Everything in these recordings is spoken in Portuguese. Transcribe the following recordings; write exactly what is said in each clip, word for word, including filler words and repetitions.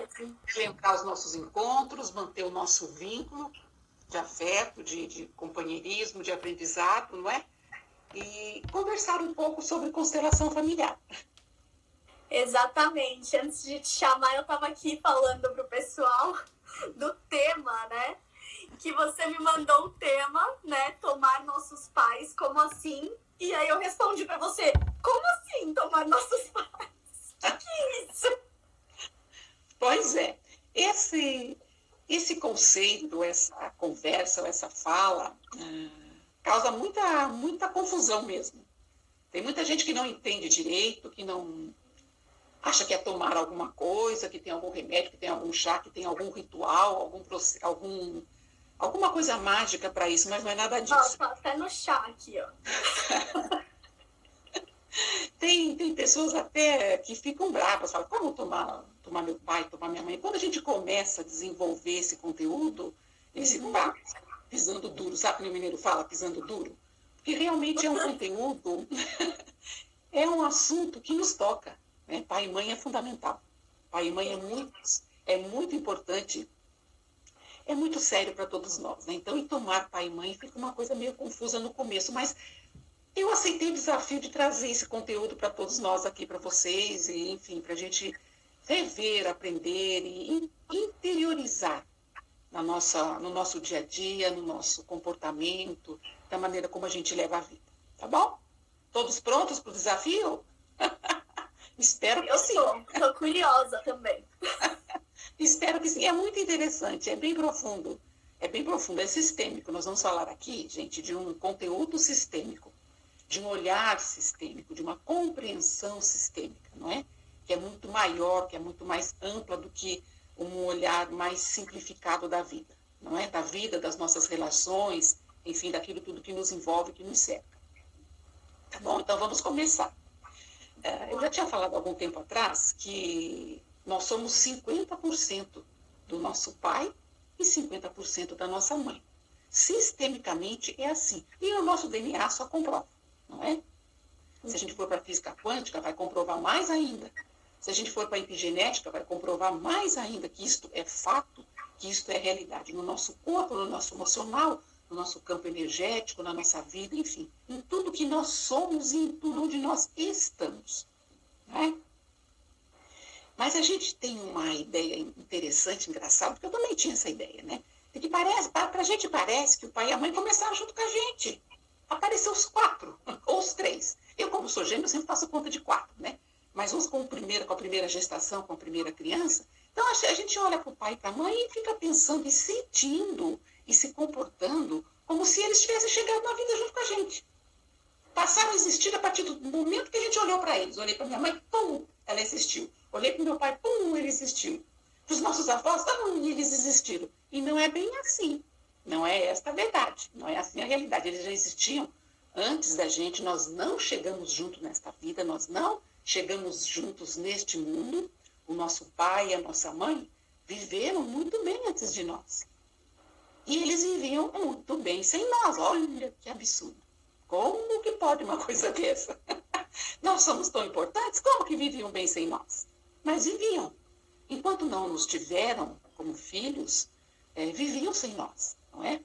verdade. Lembrar os nossos encontros, manter o nosso vínculo de afeto, de, de companheirismo, de aprendizado, não é? E conversar um pouco sobre constelação familiar. Exatamente. Antes de te chamar, eu estava aqui falando para o pessoal do tema, né? Que você me mandou o tema, né? Tomar nossos pais, como assim? E aí eu respondi para você, como assim tomar nossos pais? O que é isso? Pois é. Esse, esse conceito, essa conversa, essa fala, ah, causa muita, muita confusão mesmo. Tem muita gente que não entende direito, que não acha que é tomar alguma coisa, que tem algum remédio, que tem algum chá, que tem algum ritual, algum, algum, alguma coisa mágica para isso, mas não é nada disso. Nossa, até no chá aqui, ó. tem, tem pessoas até que ficam bravas, falam, como tomar, tomar meu pai, tomar minha mãe? Quando a gente começa a desenvolver esse conteúdo, eles ficam bravos, pisando duro. Sabe o que o mineiro fala, pisando duro? Porque realmente é um conteúdo, é um assunto que nos toca. Né? Pai e mãe é fundamental. Pai e mãe é muito, é muito importante, é muito sério para todos nós. Né? Então, em tomar pai e mãe fica uma coisa meio confusa no começo, mas eu aceitei o desafio de trazer esse conteúdo para todos nós aqui, para vocês, e enfim, para a gente rever, aprender e interiorizar na nossa, no nosso dia a dia, no nosso comportamento, da maneira como a gente leva a vida. Tá bom? Todos prontos para o desafio? Espero que eu sim. Eu estou curiosa também. Espero que sim. É muito interessante, é bem profundo. É bem profundo, é sistêmico. Nós vamos falar aqui, gente, de um conteúdo sistêmico, de um olhar sistêmico, de uma compreensão sistêmica, não é? Que é muito maior, que é muito mais ampla do que um olhar mais simplificado da vida, não é? Da vida, das nossas relações, enfim, daquilo tudo que nos envolve, que nos cerca. Tá bom? Então vamos começar. Eu já tinha falado há algum tempo atrás que nós somos cinquenta por cento do nosso pai e cinquenta por cento da nossa mãe. Sistemicamente é assim. E o nosso D N A só comprova, não é? Se a gente for para a física quântica, vai comprovar mais ainda. Se a gente for para a epigenética, vai comprovar mais ainda que isto é fato, que isto é realidade no nosso corpo, no nosso emocional, no nosso campo energético, na nossa vida, enfim, em tudo que nós somos e em tudo onde nós estamos. Né? Mas a gente tem uma ideia interessante, engraçada, porque eu também tinha essa ideia, né? De que parece, para a gente parece que o pai e a mãe começaram junto com a gente. Apareceu os quatro, ou os três. Eu, como sou gêmeo, sempre faço conta de quatro, né? Mas uns com, o primeiro, com a primeira gestação, com a primeira criança. Então, a gente olha para o pai e para a mãe e fica pensando e sentindo e se comportando como se eles tivessem chegado na vida junto com a gente. Passaram a existir a partir do momento que a gente olhou para eles. Olhei para minha mãe, pum, ela existiu. Olhei para o meu pai, pum, ele existiu. Para os nossos avós, pum, eles existiram. E não é bem assim. Não é esta a verdade. Não é assim a realidade. Eles já existiam antes da gente. Nós não chegamos juntos nesta vida. Nós não chegamos juntos neste mundo. O nosso pai e a nossa mãe viveram muito bem antes de nós. E eles viviam muito bem sem nós. Olha que absurdo. Como que pode uma coisa dessa? Nós somos tão importantes? Como que viviam bem sem nós? Mas viviam. Enquanto não nos tiveram como filhos, é, viviam sem nós, não é?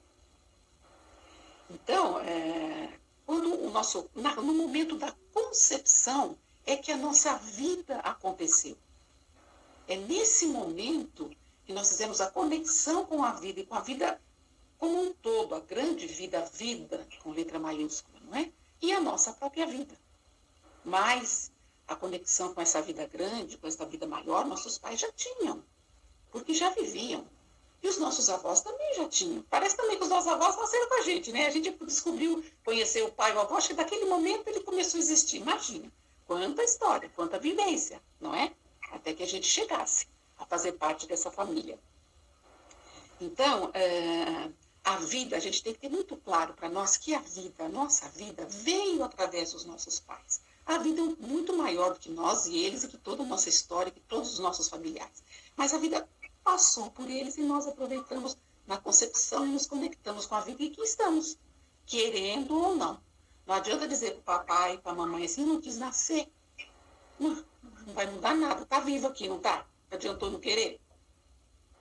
Então, é, quando o nosso, na, no momento da concepção, é que a nossa vida aconteceu. É nesse momento que nós fizemos a conexão com a vida e com a vida como um todo, a grande vida, a vida, com letra maiúscula, não é? E a nossa própria vida. Mas a conexão com essa vida grande, com essa vida maior, nossos pais já tinham, porque já viviam. E os nossos avós também já tinham. Parece também que os nossos avós nasceram com a gente, né? A gente descobriu, conheceu o pai e o avô, acho que daquele momento ele começou a existir. Imagina, quanta história, quanta vivência, não é? Até que a gente chegasse a fazer parte dessa família. Então, é, a vida, a gente tem que ter muito claro para nós que a vida, a nossa vida, veio através dos nossos pais. A vida é muito maior do que nós e eles, e que toda a nossa história, que todos os nossos familiares. Mas a vida passou por eles e nós aproveitamos na concepção e nos conectamos com a vida e aqui estamos, querendo ou não. Não adianta dizer para o papai, para a mamãe assim, não quis nascer. Não, não vai mudar nada, está vivo aqui, não está? Adiantou não querer?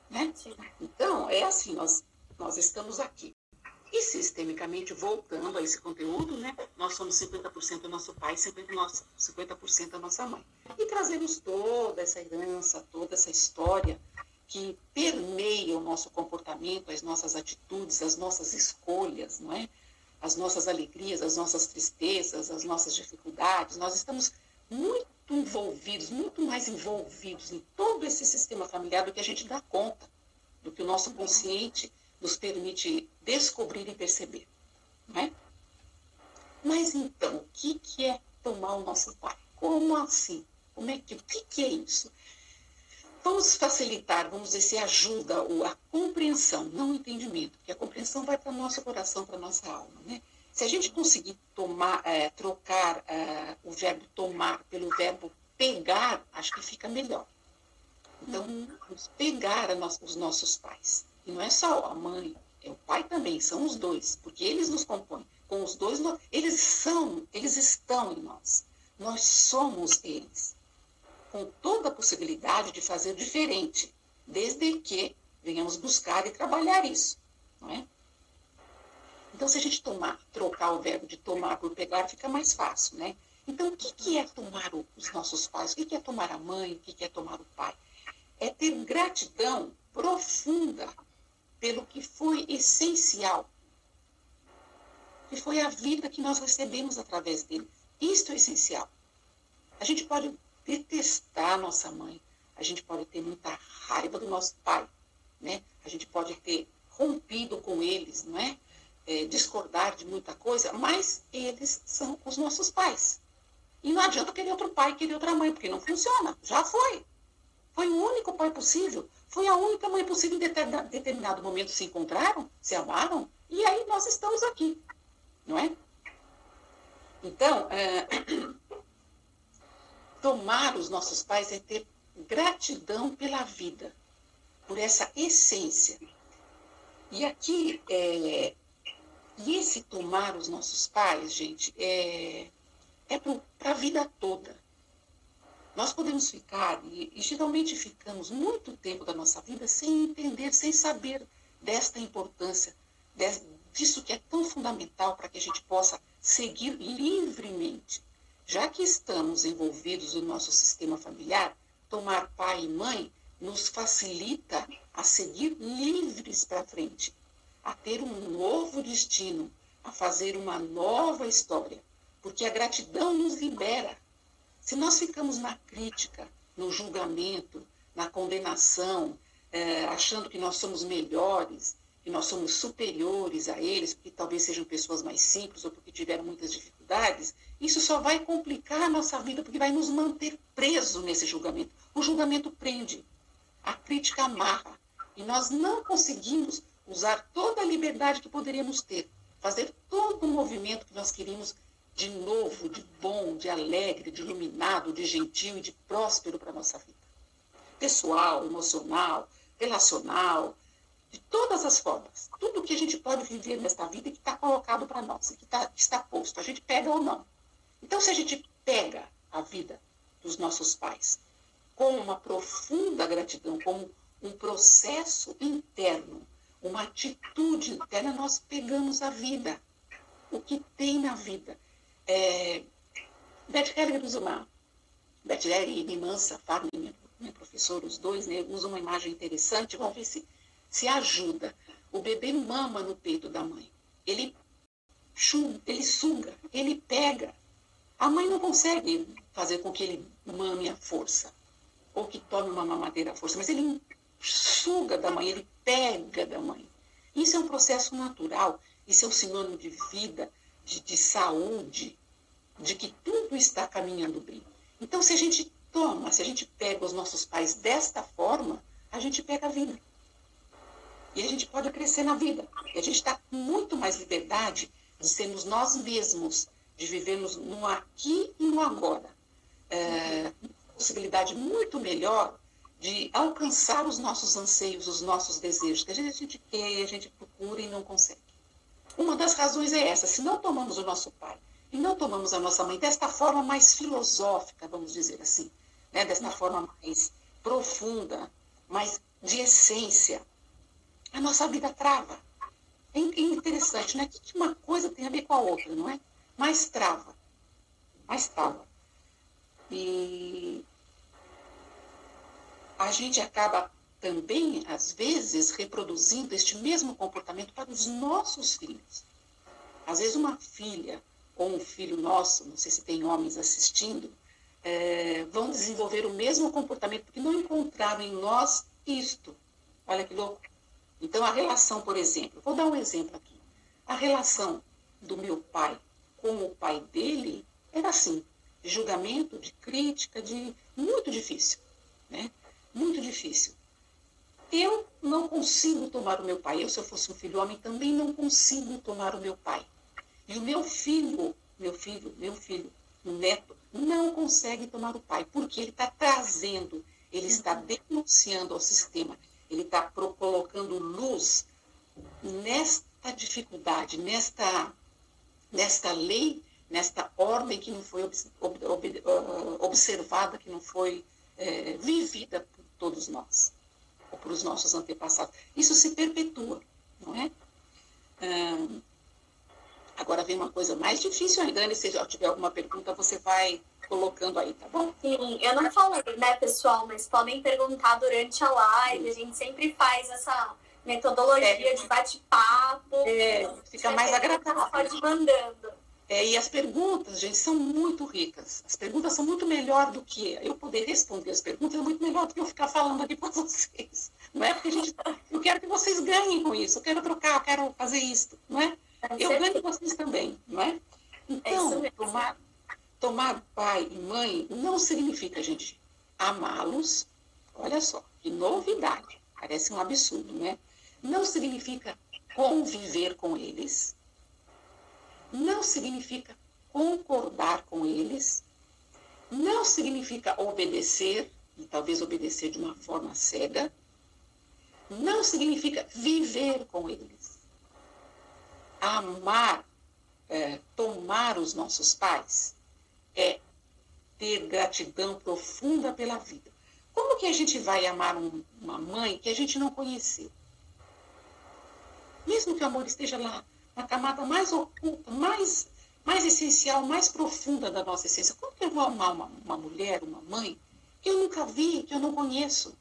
né? Então, é assim, nós, nós estamos aqui. E sistemicamente, voltando a esse conteúdo, né, nós somos cinquenta por cento do nosso pai, cinquenta por cento da nossa mãe. E trazemos toda essa herança, toda essa história que permeia o nosso comportamento, as nossas atitudes, as nossas escolhas, não é? As nossas alegrias, as nossas tristezas, as nossas dificuldades. Nós estamos muito envolvidos, muito mais envolvidos em todo esse sistema familiar do que a gente dá conta, do que o nosso consciente nos permite descobrir e perceber, não é? Mas então, o que, que é tomar o nosso pai? Como assim? Como é que, o que, que é isso? Vamos facilitar, vamos dizer, se ajuda a compreensão, não o entendimento, porque a compreensão vai para o nosso coração, para a nossa alma, né? Se a gente conseguir tomar, é, trocar é, o verbo tomar pelo verbo pegar, acho que fica melhor. Então, uhum. vamos pegar a no, os nossos pais. E não é só a mãe, é o pai também, são os dois, porque eles nos compõem. Com os dois, nós, eles são, eles estão em nós. Nós somos eles. Com toda a possibilidade de fazer diferente, desde que venhamos buscar e trabalhar isso, não é? Então, se a gente tomar, trocar o verbo de tomar por pegar, fica mais fácil, né? Então, o que, que é tomar o, os nossos pais? O que, que é tomar a mãe? O que, que é tomar o pai? É ter gratidão profunda pelo que foi essencial, que foi a vida que nós recebemos através dele. Isto é essencial. A gente pode detestar nossa mãe, a gente pode ter muita raiva do nosso pai, né? A gente pode ter rompido com eles, não é? É, discordar de muita coisa, mas eles são os nossos pais. E não adianta querer outro pai, querer outra mãe, porque não funciona, já foi. Foi o único pai possível, foi a única mãe possível em determinado momento se encontraram, se amaram, e aí nós estamos aqui, não é? Então, é... tomar os nossos pais é ter gratidão pela vida, por essa essência. E aqui, é, e esse tomar os nossos pais, gente, é, é para a vida toda. Nós podemos ficar, e, e geralmente ficamos muito tempo da nossa vida sem entender, sem saber desta importância, des, disso que é tão fundamental para que a gente possa seguir livremente. Já que estamos envolvidos no nosso sistema familiar, tomar pai e mãe nos facilita a seguir livres para frente, a ter um novo destino, a fazer uma nova história, porque a gratidão nos libera. Se nós ficamos na crítica, no julgamento, na condenação, é, achando que nós somos melhores, que nós somos superiores a eles, porque talvez sejam pessoas mais simples ou porque tiveram muitas dificuldades, isso só vai complicar a nossa vida, porque vai nos manter presos nesse julgamento. O julgamento prende, a crítica amarra, e nós não conseguimos usar toda a liberdade que poderíamos ter, fazer todo o movimento que nós queríamos de novo, de bom, de alegre, de iluminado, de gentil e de próspero para a nossa vida. Pessoal, emocional, relacional, de todas as formas. Tudo que a gente pode viver nesta vida que está colocado para nós, que, tá, que está posto, a gente pega ou não. Então, se a gente pega a vida dos nossos pais com uma profunda gratidão, como um processo interno, uma atitude interna, nós pegamos a vida, o que tem na vida. É, Beth Hellinger usa uma, Beth Hellinger e Mansa Farley, minha, minha professora, os dois, né, usam uma imagem interessante, vamos ver se, se ajuda. O bebê mama no peito da mãe, ele, chuga, ele suga, ele pega. A mãe não consegue fazer com que ele mame à força, ou que tome uma mamadeira à força, mas ele suga da mãe, ele pega da mãe. Isso é um processo natural, isso é um sinônimo de vida, de, de saúde, de que tudo está caminhando bem. Então, se a gente toma, se a gente pega os nossos pais desta forma, a gente pega a vida. E a gente pode crescer na vida. E a gente está com muito mais liberdade de sermos nós mesmos, de vivermos no aqui e no agora. É, possibilidade muito melhor de alcançar os nossos anseios, os nossos desejos, que a gente, a gente quer, a gente procura e não consegue. Uma das razões é essa: se não tomamos o nosso pai e não tomamos a nossa mãe desta forma mais filosófica, vamos dizer assim, né, desta forma mais profunda, mas de essência, a nossa vida trava. É interessante, né? Que uma coisa tem a ver com a outra, não é? Mas trava. Mas trava. E a gente acaba também, às vezes, reproduzindo este mesmo comportamento para os nossos filhos. Às vezes uma filha ou um filho nosso, não sei se tem homens assistindo, é, vão desenvolver o mesmo comportamento porque não encontraram em nós isto. Olha que louco. Então, a relação, por exemplo, vou dar um exemplo aqui. A relação do meu pai com o pai dele era assim, de julgamento, de crítica, de muito difícil, né? Muito difícil. Eu não consigo tomar o meu pai. Eu, se eu fosse um filho homem, também não consigo tomar o meu pai. E o meu filho, meu filho, meu filho, o neto, não consegue tomar o pai, porque ele está trazendo, ele está denunciando ao sistema, ele está colocando luz nesta dificuldade, nesta, nesta lei, nesta ordem que não foi ob, ob, ob, observada, que não foi é, vivida por todos nós, ou por os nossos antepassados. Isso se perpetua, não é? Hum, agora vem uma coisa mais difícil ainda, né? Se já tiver alguma pergunta, você vai colocando aí, tá bom? Sim, eu não falei, né, pessoal, mas podem perguntar durante a live, a gente sempre faz essa metodologia é. de bate-papo. É, fica mais agradável. Pode ir mandando. É, e as perguntas, gente, são muito ricas. As perguntas são muito melhor do que eu poder responder as perguntas, é muito melhor do que eu ficar falando aqui para vocês. Não é porque a gente, eu quero que vocês ganhem com isso, eu quero trocar, eu quero fazer isso, não é? Eu ganho vocês também, não é? Então, é tomar, tomar pai e mãe não significa, gente, amá-los. Olha só, que novidade. Parece um absurdo, né? Não significa conviver com eles. Não significa concordar com eles. Não significa obedecer, e talvez obedecer de uma forma cega. Não significa viver com eles. Amar, é, tomar os nossos pais, é ter gratidão profunda pela vida. Como que a gente vai amar um, uma mãe que a gente não conheceu? Mesmo que o amor esteja lá, na camada mais oculta, mais, mais essencial, mais profunda da nossa essência, como que eu vou amar uma, uma mulher, uma mãe, que eu nunca vi, que eu não conheço?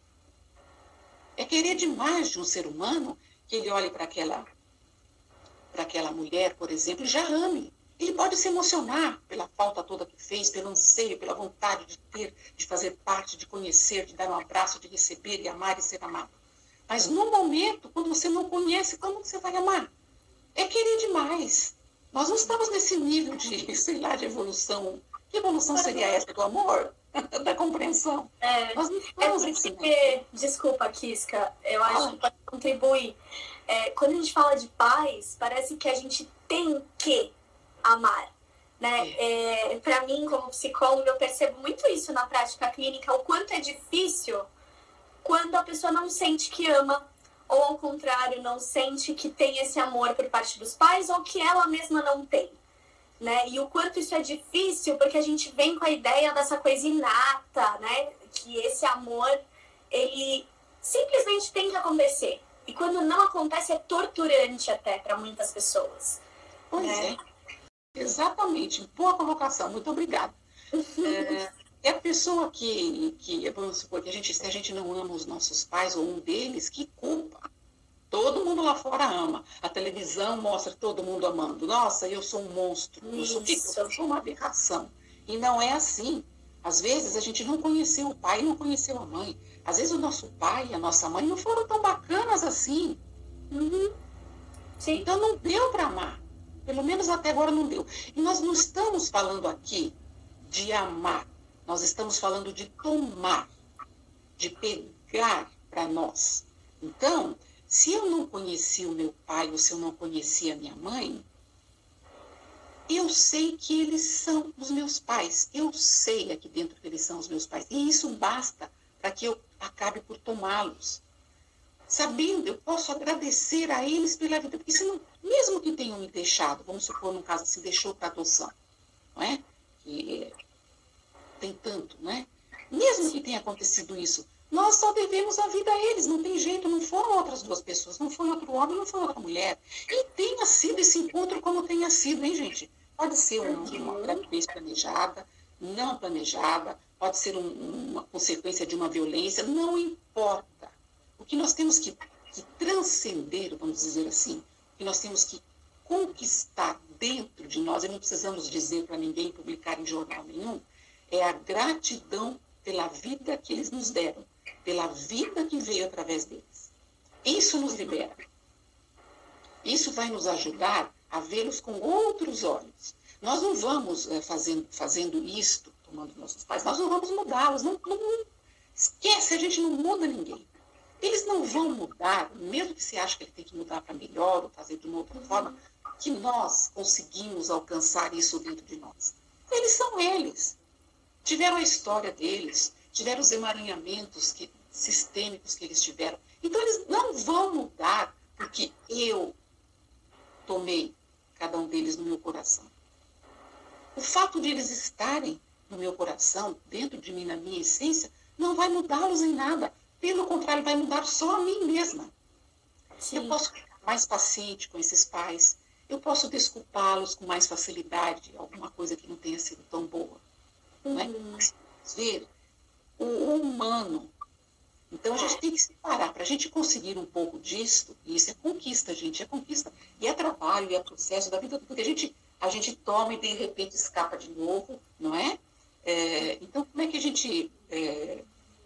É querer demais de um ser humano que ele olhe para aquela... para aquela mulher, por exemplo, e já ame. Ele pode se emocionar pela falta toda que fez, pelo anseio, pela vontade de ter, de fazer parte, de conhecer, de dar um abraço, de receber, de amar e ser amado. Mas no momento, quando você não conhece, como você vai amar? É querer demais. Nós não estamos nesse nível de, sei lá, de evolução. Que evolução seria essa do amor? Da compreensão? É, Nós não estamos é porque, desculpa, Kiska, eu acho ah. que pode contribuir. É, quando a gente fala de pais, parece que a gente tem que amar, né? É. É, para mim, como psicóloga, eu percebo muito isso na prática clínica, o quanto é difícil quando a pessoa não sente que ama, ou ao contrário, não sente que tem esse amor por parte dos pais, ou que ela mesma não tem, né? E o quanto isso é difícil, porque a gente vem com a ideia dessa coisa inata, né? Que esse amor, ele simplesmente tem que acontecer. E quando não acontece, é torturante até para muitas pessoas. Pois né? é. Exatamente. Boa colocação. Muito obrigada. é, é a pessoa que, que, vamos supor, que a gente, se a gente não ama os nossos pais, ou um deles, que culpa. Todo mundo lá fora ama. A televisão mostra todo mundo amando. Nossa, eu sou um monstro. Eu sou, eu sou uma aberração. E não é assim. Às vezes a gente não conheceu o pai e não conheceu a mãe. Às vezes o nosso pai e a nossa mãe não foram tão bacanas assim. Uhum. Sim. Então não deu para amar. Pelo menos até agora não deu. E nós não estamos falando aqui de amar. Nós estamos falando de tomar, de pegar para nós. Então, se eu não conheci o meu pai ou se eu não conheci a minha mãe, eu sei que eles são os meus pais. Eu sei aqui dentro que eles são os meus pais. E isso basta para que eu acabe por tomá-los. Sabendo, eu posso agradecer a eles pela vida. Porque senão, mesmo que tenham me deixado, vamos supor, num caso assim, deixou para adoção, não é? Que tem tanto, não é? Mesmo que tenha acontecido isso, Nós só devemos a vida a eles, não tem jeito, não foram outras duas pessoas, não foi outro homem, não foi outra mulher. E tenha sido esse encontro como tenha sido, hein, gente? Pode ser um, uma gravidez planejada, não planejada, pode ser um, uma consequência de uma violência, não importa. O que nós temos que, que transcender, vamos dizer assim, o que nós temos que conquistar dentro de nós, e não precisamos dizer para ninguém, publicar em jornal nenhum, é a gratidão pela vida que eles nos deram, pela vida que veio através deles. Isso nos libera. Isso vai nos ajudar a vê-los com outros olhos. Nós não vamos é, fazendo, fazendo isto, tomando nossos pais, nós não vamos mudá-los. Não, não, esquece, a gente não muda ninguém. Eles não vão mudar, mesmo que você ache que ele tem que mudar para melhor ou fazer de uma outra forma, que nós conseguimos alcançar isso dentro de nós. Eles são eles. Tiveram a história deles, tiveram os emaranhamentos que, sistêmicos que eles tiveram. Então, eles não vão mudar porque eu tomei cada um deles no meu coração. O fato de eles estarem no meu coração, dentro de mim, na minha essência, não vai mudá-los em nada. Pelo contrário, vai mudar só a mim mesma. Sim. Eu posso ficar mais paciente com esses pais, eu posso desculpá-los com mais facilidade, alguma coisa que não tenha sido tão boa. Uhum. Não é? Mas ver o, o humano. Então, a gente tem que separar. Para a gente conseguir um pouco disso, e isso é conquista, gente, é conquista. E é trabalho, e é processo da vida, porque a gente, a gente toma e de repente escapa de novo, não é? é então, como é que a gente é,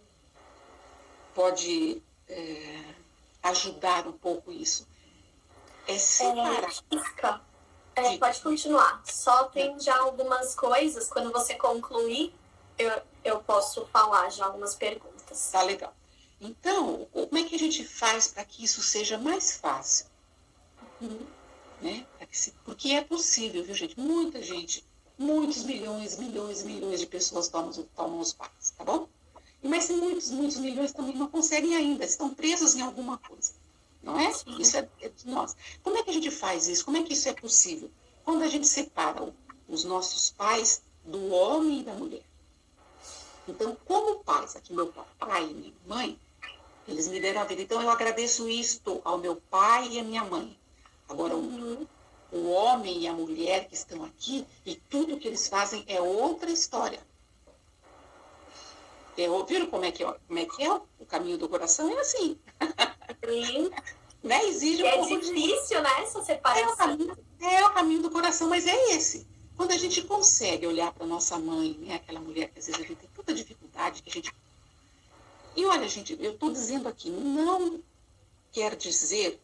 pode é, ajudar um pouco isso? É separar. É, é, pode continuar. Só tem já algumas coisas, quando você concluir, eu, eu posso falar já algumas perguntas. Tá legal. Então, como é que a gente faz para que isso seja mais fácil? Uhum. Né? Porque é possível, viu, gente? Muita gente, muitos milhões, milhões, milhões de pessoas tomam, tomam os pais, tá bom? Mas muitos, muitos milhões também não conseguem ainda, estão presos em alguma coisa, não é? Sim. Isso é, é de nós. Como é que a gente faz isso? Como é que isso é possível? Quando a gente separa os nossos pais do homem e da mulher. Então, como pais, aqui meu pai e minha mãe, eles me deram a vida. Então, eu agradeço isto ao meu pai e à minha mãe. Agora, o, o homem e a mulher que estão aqui, e tudo que eles fazem é outra história. É, viram como é, que é, como é que é o caminho do coração? É assim. Sim. Né? Exige um é pouco difícil, de... né? Essa separação. É o, caminho, é o caminho do coração, mas é esse. Quando a gente consegue olhar para nossa mãe, né, aquela mulher que às vezes a gente tem tanta dificuldade, que a gente... E olha, gente, eu estou dizendo aqui, não quer dizer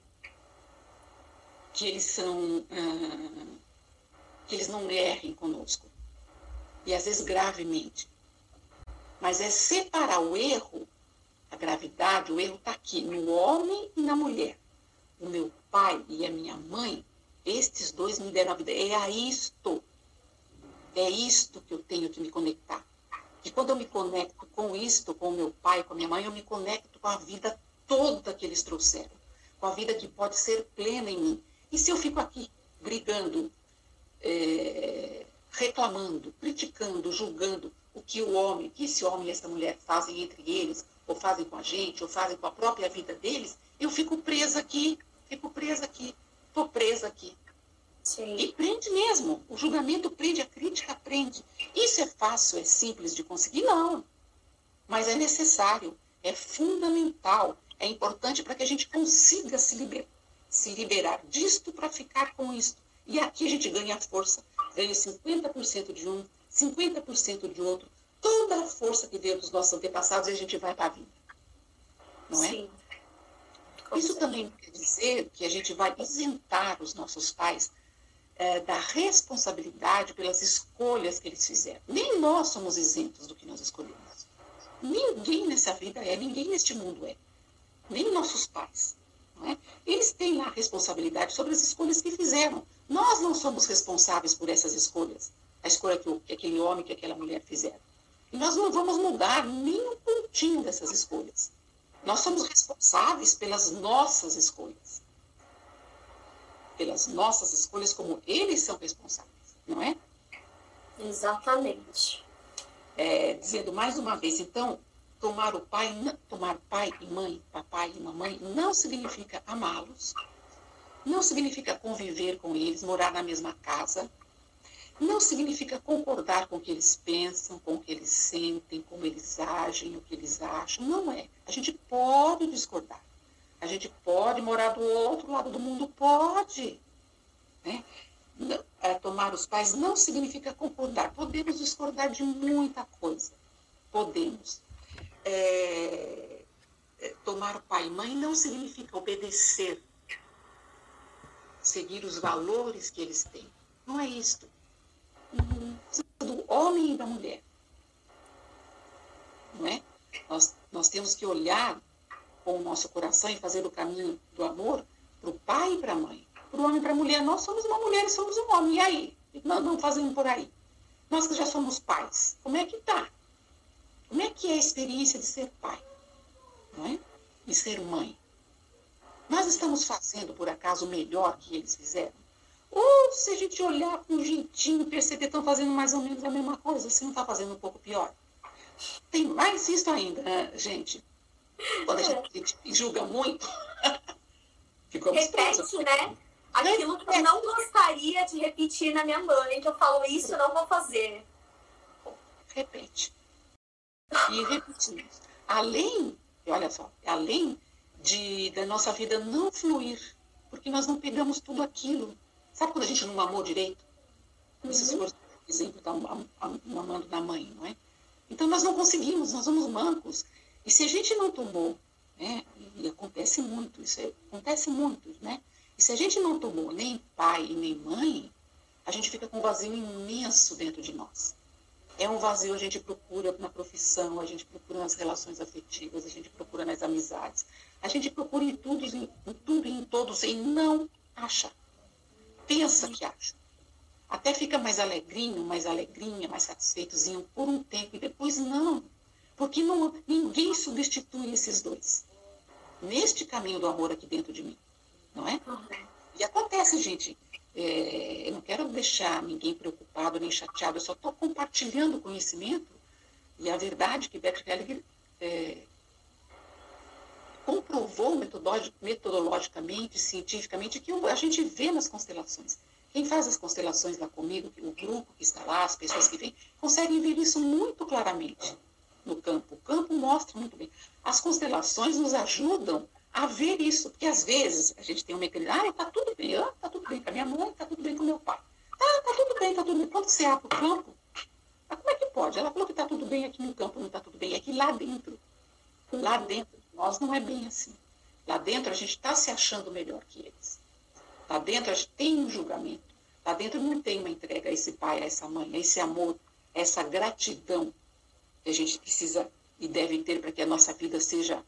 que eles são... Ah, que eles não errem conosco. E às vezes gravemente. Mas é separar o erro, a gravidade, o erro está aqui, no homem e na mulher. O meu pai e a minha mãe, estes dois me deram a vida. É a isto. É isto que eu tenho que me conectar. E quando eu me conecto com isto, com o meu pai, com a minha mãe, eu me conecto com a vida toda que eles trouxeram. Com a vida que pode ser plena em mim. E se eu fico aqui brigando, é, reclamando, criticando, julgando o que o homem, o que esse homem e essa mulher fazem entre eles, ou fazem com a gente, ou fazem com a própria vida deles, eu fico presa aqui, fico presa aqui, estou presa aqui. Sim. E prende mesmo. O julgamento prende, a crítica prende. Isso é fácil, é simples de conseguir? Não. Mas é necessário, é fundamental, é importante para que a gente consiga se liberar, se liberar disto para ficar com isto. E aqui a gente ganha força, ganha cinquenta por cento de um, cinquenta por cento de outro, toda a força que veio dos nossos antepassados e a gente vai para a vida. Não é? Sim. Isso também quer dizer que a gente vai isentar os nossos pais é, da responsabilidade pelas escolhas que eles fizeram. Nem nós somos isentos do que nós escolhemos. Ninguém nessa vida é, ninguém neste mundo é. Nem nossos pais. Não é? Eles têm lá a responsabilidade sobre as escolhas que fizeram. Nós não somos responsáveis por essas escolhas. A escolha que, o, que aquele homem, que aquela mulher fizeram. E nós não vamos mudar nem um pontinho dessas escolhas. Nós somos responsáveis pelas nossas escolhas. Pelas nossas escolhas, como eles são responsáveis, não é? Exatamente. É, dizendo mais uma vez, então, tomar o pai, tomar pai e mãe, papai e mamãe, não significa amá-los, não significa conviver com eles, morar na mesma casa, não significa concordar com o que eles pensam, com o que eles sentem, como eles agem, o que eles acham. Não é. A gente pode discordar. A gente pode morar do outro lado do mundo, pode. Né? Não, é, tomar os pais não significa concordar. Podemos discordar de muita coisa. Podemos. É, é, tomar pai e mãe não significa obedecer, seguir os valores que eles têm. Não é isto. Do homem e da mulher. Não é? Nós, nós temos que olhar com o nosso coração e fazer o caminho do amor para o pai e para a mãe. Para o homem e para a mulher, nós somos uma mulher e somos um homem. E aí? Nós não fazemos por aí. Nós que já somos pais, como é que está? Como é que é a experiência de ser pai? Não é? E ser mãe? Nós estamos fazendo, por acaso, o melhor que eles fizeram? Ou se a gente olhar com um jeitinho, perceber que estão fazendo mais ou menos a mesma coisa, se não está fazendo um pouco pior. Tem mais isso ainda, né, gente? Quando a gente, a gente julga muito, ficamos repete, presos. Né? Aquilo que eu não gostaria de repetir na minha mãe, que eu falo, isso eu não vou fazer. Repete. E repetimos. Além, olha só, além de, da nossa vida não fluir, porque nós não pegamos tudo aquilo. Sabe quando a gente não mamou direito? Uhum. Esse for o exemplo da mamando da mãe, não é? Então nós não conseguimos, nós somos mancos. E se a gente não tomou, né? E acontece muito, isso é, acontece muito, né? E se a gente não tomou nem pai e nem mãe, a gente fica com um vazio imenso dentro de nós. É um vazio, a gente procura na profissão, a gente procura nas relações afetivas, a gente procura nas amizades, a gente procura em tudo, em, em tudo e em todos e não acha. Pensa que acha. Até fica mais alegrinho, mais alegrinha, mais satisfeitozinho por um tempo e depois não. Porque não, ninguém substitui esses dois. Neste caminho do amor aqui dentro de mim. Não é? E acontece, gente. É, eu não quero deixar ninguém preocupado nem chateado. Eu só estou compartilhando o conhecimento e a verdade que Bert Hellinger é, comprovou metodologicamente, cientificamente, que a gente vê nas constelações. Quem faz as constelações lá comigo, o grupo que está lá, as pessoas que vêm, conseguem ver isso muito claramente no campo. O campo mostra muito bem. As constelações nos ajudam a ver isso, porque às vezes a gente tem um mecanismo, ah, está tudo bem, ah, está tudo bem com a minha mãe, está tudo bem com o meu pai. Ah, está tudo bem, está tudo bem. Quando você abre o campo, ah, como é que pode? Ela falou que está tudo bem aqui no campo, não está tudo bem. É que lá dentro, lá dentro, nós não é bem assim. Lá dentro a gente está se achando melhor que eles. Lá dentro a gente tem um julgamento. Lá dentro não tem uma entrega a esse pai, a essa mãe, a esse amor, a essa gratidão que a gente precisa e deve ter para que a nossa vida seja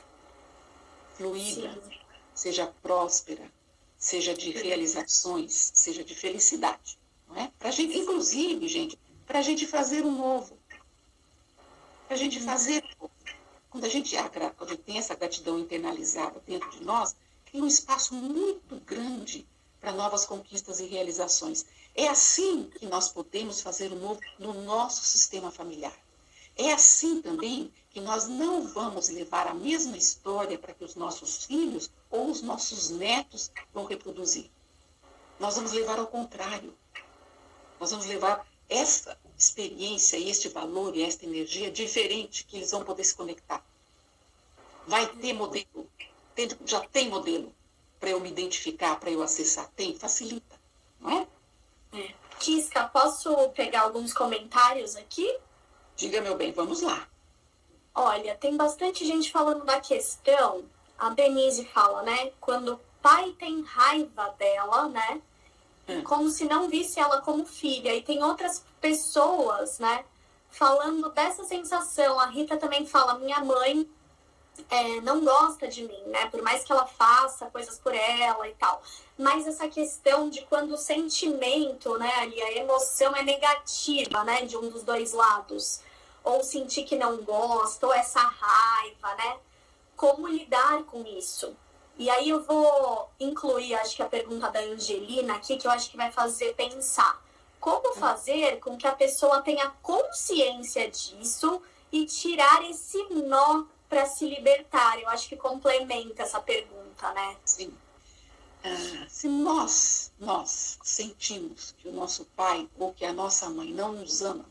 fluida, sim, seja próspera, seja de realizações, seja de felicidade. Não é? Pra gente, inclusive, gente, para a gente fazer o novo. Para a gente fazer o novo. Quando a gente, quando a gente tem essa gratidão internalizada dentro de nós, tem um espaço muito grande para novas conquistas e realizações. É assim que nós podemos fazer o novo no nosso sistema familiar. É assim também que nós não vamos levar a mesma história para que os nossos filhos ou os nossos netos vão reproduzir. Nós vamos levar ao contrário. Nós vamos levar essa experiência, este valor e esta energia diferente que eles vão poder se conectar. Vai ter modelo. Tem, já tem modelo para eu me identificar, para eu acessar. Tem, facilita, não é? É. Kisca, posso pegar alguns comentários aqui? Diga, meu bem, vamos lá. Olha, tem bastante gente falando da questão. A Denise fala, né? Quando o pai tem raiva dela, né? Hum. Como se não visse ela como filha. E tem outras pessoas, né? Falando dessa sensação. A Rita também fala, minha mãe é, não gosta de mim, né? Por mais que ela faça coisas por ela e tal. Mas essa questão de quando o sentimento, né? Ali, a emoção é negativa, né? De um dos dois lados. Ou sentir que não gosta, ou essa raiva, né? Como lidar com isso? E aí eu vou incluir, acho que a pergunta da Angelina aqui, que eu acho que vai fazer pensar. Como fazer com que a pessoa tenha consciência disso e tirar esse nó para se libertar? Eu acho que complementa essa pergunta, né? Sim. Ah, se nós, nós sentimos que o nosso pai ou que a nossa mãe não nos ama,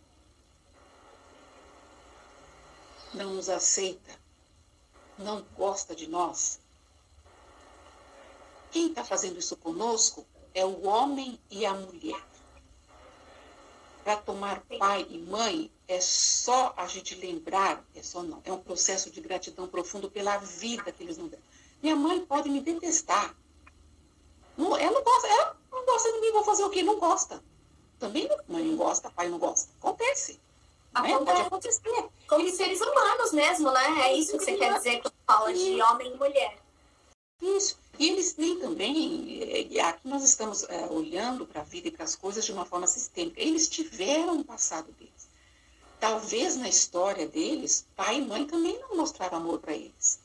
não nos aceita, não gosta de nós, quem está fazendo isso conosco é o homem e a mulher. Para tomar pai e mãe, é só a gente lembrar, é só não, é um processo de gratidão profundo pela vida que eles nos deram. Minha mãe pode me detestar. Não, ela não gosta, ela não gosta de mim, vou fazer o quê? Não gosta. Também mãe não gosta, pai não gosta. Acontece. Né? Pode acontecer. Como eles seres humanos mesmo, né? É isso que você quer dizer quando fala de homem e mulher. Isso. E eles têm também, e aqui nós estamos é, olhando para a vida e para as coisas de uma forma sistêmica. Eles tiveram um passado deles. Talvez na história deles, pai e mãe também não mostraram amor para eles.